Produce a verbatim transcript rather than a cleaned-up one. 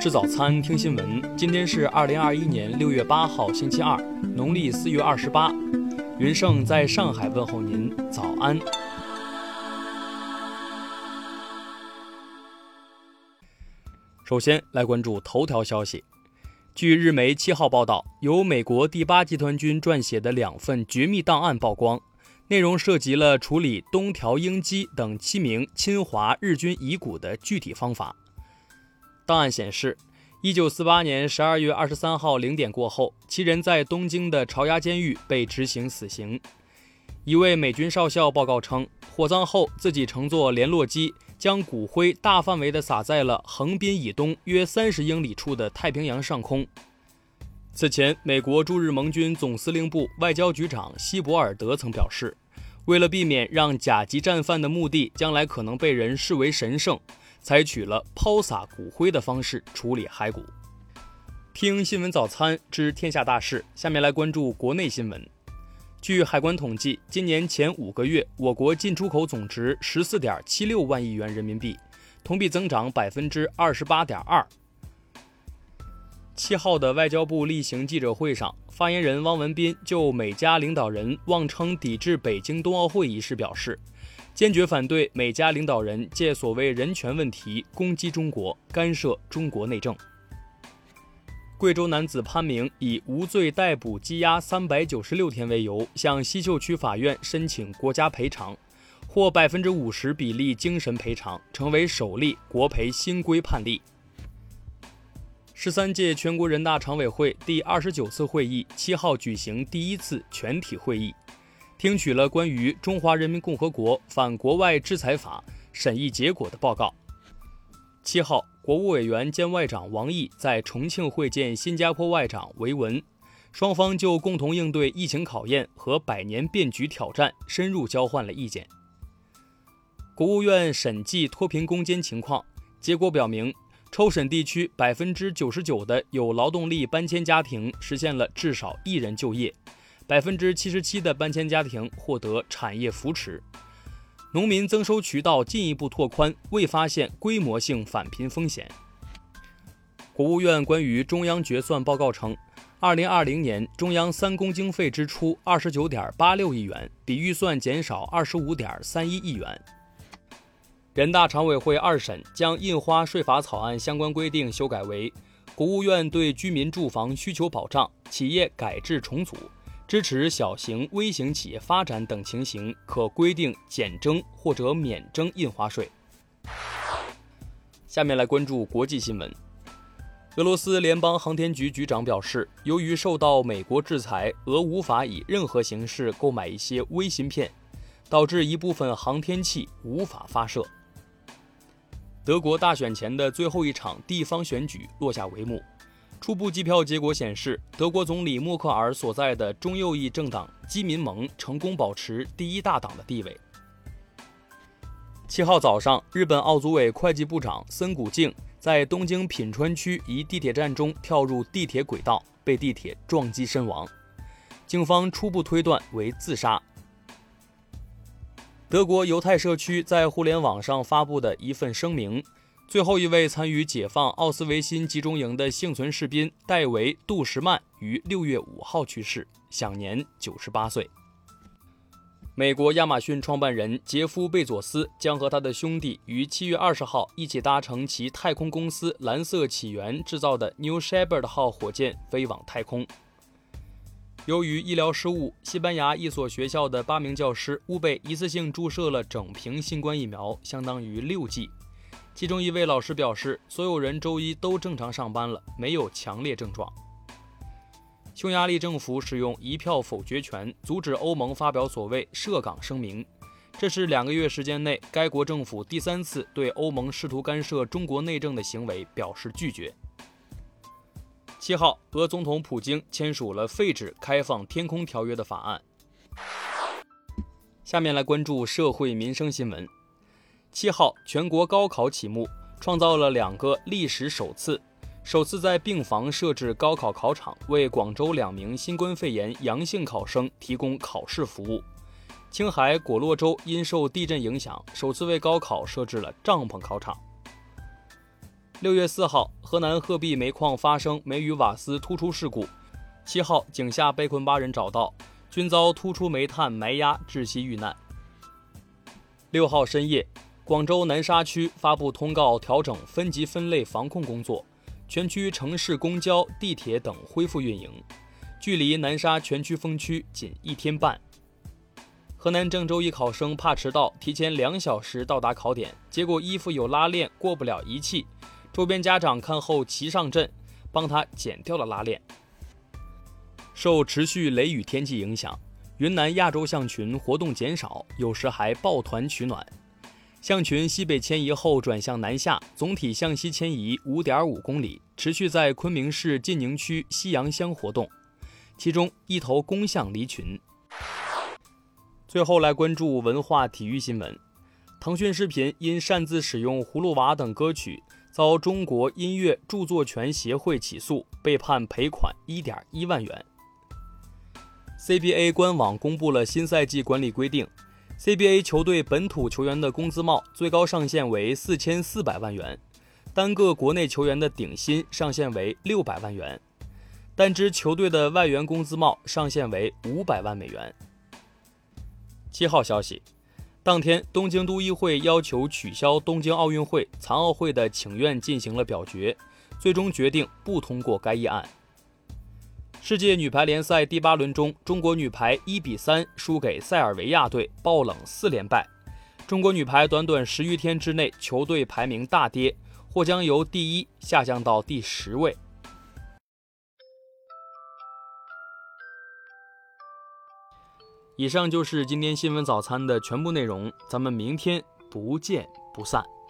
吃早餐，听新闻。今天是二零二一年六月八号，星期二，农历四月二十八。云盛在上海问候您，早安。首先来关注头条消息。据日媒七号报道，由美国第八集团军撰写的两份绝密档案曝光，内容涉及了处理东条英机等七名侵华日军遗骨的具体方法。档案显示，一九四八年十二月二十三号零点过后，其人在东京的朝鸭监狱被执行死刑。一位美军少校报告称，火葬后自己乘坐联络机将骨灰大范围地撒在了横滨以东约三十英里处的太平洋上空。此前，美国驻日盟军总司令部外交局长希伯尔德曾表示，为了避免让甲级战犯的墓地将来可能被人视为神圣，采取了抛洒骨灰的方式处理骸骨。听新闻早餐知天下大事，下面来关注国内新闻。据海关统计，今年前五个月，我国进出口总值 十四点七六万亿元人民币，同比增长 百分之二十八点二。七号的外交部例行记者会上，发言人汪文斌就美加领导人妄称抵制北京冬奥会一事表示，坚决反对美加领导人借所谓人权问题攻击中国，干涉中国内政。贵州男子潘明以无罪逮捕羁押三百九十六天为由，向西秀区法院申请国家赔偿，获 百分之五十 比例精神赔偿，成为首例国赔新规判例。十三届全国人大常委会第二十九次会议七号举行第一次全体会议，听取了关于《中华人民共和国反国外制裁法》审议结果的报告。七号，国务委员兼外长王毅在重庆会见新加坡外长维文，双方就共同应对疫情考验和百年变局挑战深入交换了意见。国务院审计脱贫攻坚情况结果表明，抽审地区 百分之九十九 的有劳动力搬迁家庭实现了至少一人就业， 百分之七十七 的搬迁家庭获得产业扶持。农民增收渠道进一步拓宽，未发现规模性返贫风险。国务院关于中央决算报告称，二零二零年中央三公经费支出 二十九点八六亿元，比预算减少 二十五点三一亿元。人大常委会二审将印花税法草案相关规定修改为，国务院对居民住房需求保障、企业改制重组、支持小型微型企业发展等情形，可规定减征或者免征印花税。下面来关注国际新闻。俄罗斯联邦航天局局长表示，由于受到美国制裁，俄无法以任何形式购买一些微芯片，导致一部分航天器无法发射。德国大选前的最后一场地方选举落下帷幕，初步计票结果显示，德国总理默克尔所在的中右翼政党基民盟成功保持第一大党的地位。七号早上，日本奥组委会计部长森谷静在东京品川区一地铁站中跳入地铁轨道，被地铁撞击身亡，警方初步推断为自杀。德国犹太社区在互联网上发布的一份声明，最后一位参与解放奥斯维辛集中营的幸存士兵戴维·杜什曼于六月五号去世，享年九十八岁。美国亚马逊创办人杰夫·贝佐斯将和他的兄弟于七月二十号一起搭乘其太空公司蓝色起源制造的 New Shepard 号火箭飞往太空。由于医疗失误，西班牙一所学校的八名教师误被一次性注射了整瓶新冠疫苗，相当于六剂。其中一位老师表示，所有人周一都正常上班了，没有强烈症状。匈牙利政府使用一票否决权阻止欧盟发表所谓涉港声明，这是两个月时间内该国政府第三次对欧盟试图干涉中国内政的行为表示拒绝。七号，俄总统普京签署了废止开放天空条约的法案。下面来关注社会民生新闻。七号，全国高考启幕，创造了两个历史首次。首次在病房设置高考考场，为广州两名新冠肺炎阳性考生提供考试服务。青海果洛州因受地震影响，首次为高考设置了帐篷考场。 六月四号，河南鹤壁煤矿发生煤与瓦斯突出事故。七号，井下被困八人找到，均遭突出煤炭埋压窒息遇难。六号深夜，广州南沙区发布通告，调整分级分类防控工作，全区城市公交、地铁等恢复运营，距离南沙全区封区仅一天半。河南郑州一考生怕迟到，提前两小时到达考点，结果衣服有拉链，过不了仪器。周边家长看后齐上阵，帮他剪掉了拉链。受持续雷雨天气影响，云南亚洲象群活动减少，有时还抱团取暖。象群西北迁移后转向南下，总体向西迁移 五点五公里，持续在昆明市晋宁区西洋乡活动，其中一头公象离群。最后来关注文化体育新闻。腾讯视频因擅自使用《葫芦娃》等歌曲，遭中国音乐著作权协会起诉，被判赔款 一点一万元。C B A 官网公布了新赛季管理规定， C B A 球队本土球员的工资帽最高上限为四千四百万元，单个国内球员的顶薪上限为六百万元，单支球队的外援工资帽上限为五百万美元。七号消息，当天东京都议会要求取消东京奥运会、残奥会的请愿进行了表决，最终决定不通过该议案。世界女排联赛第八轮中，中国女排一比三输给塞尔维亚队，爆冷四连败。中国女排短短十余天之内，球队排名大跌，或将由第一下降到第十位。以上就是今天新闻早餐的全部内容，咱们明天不见不散。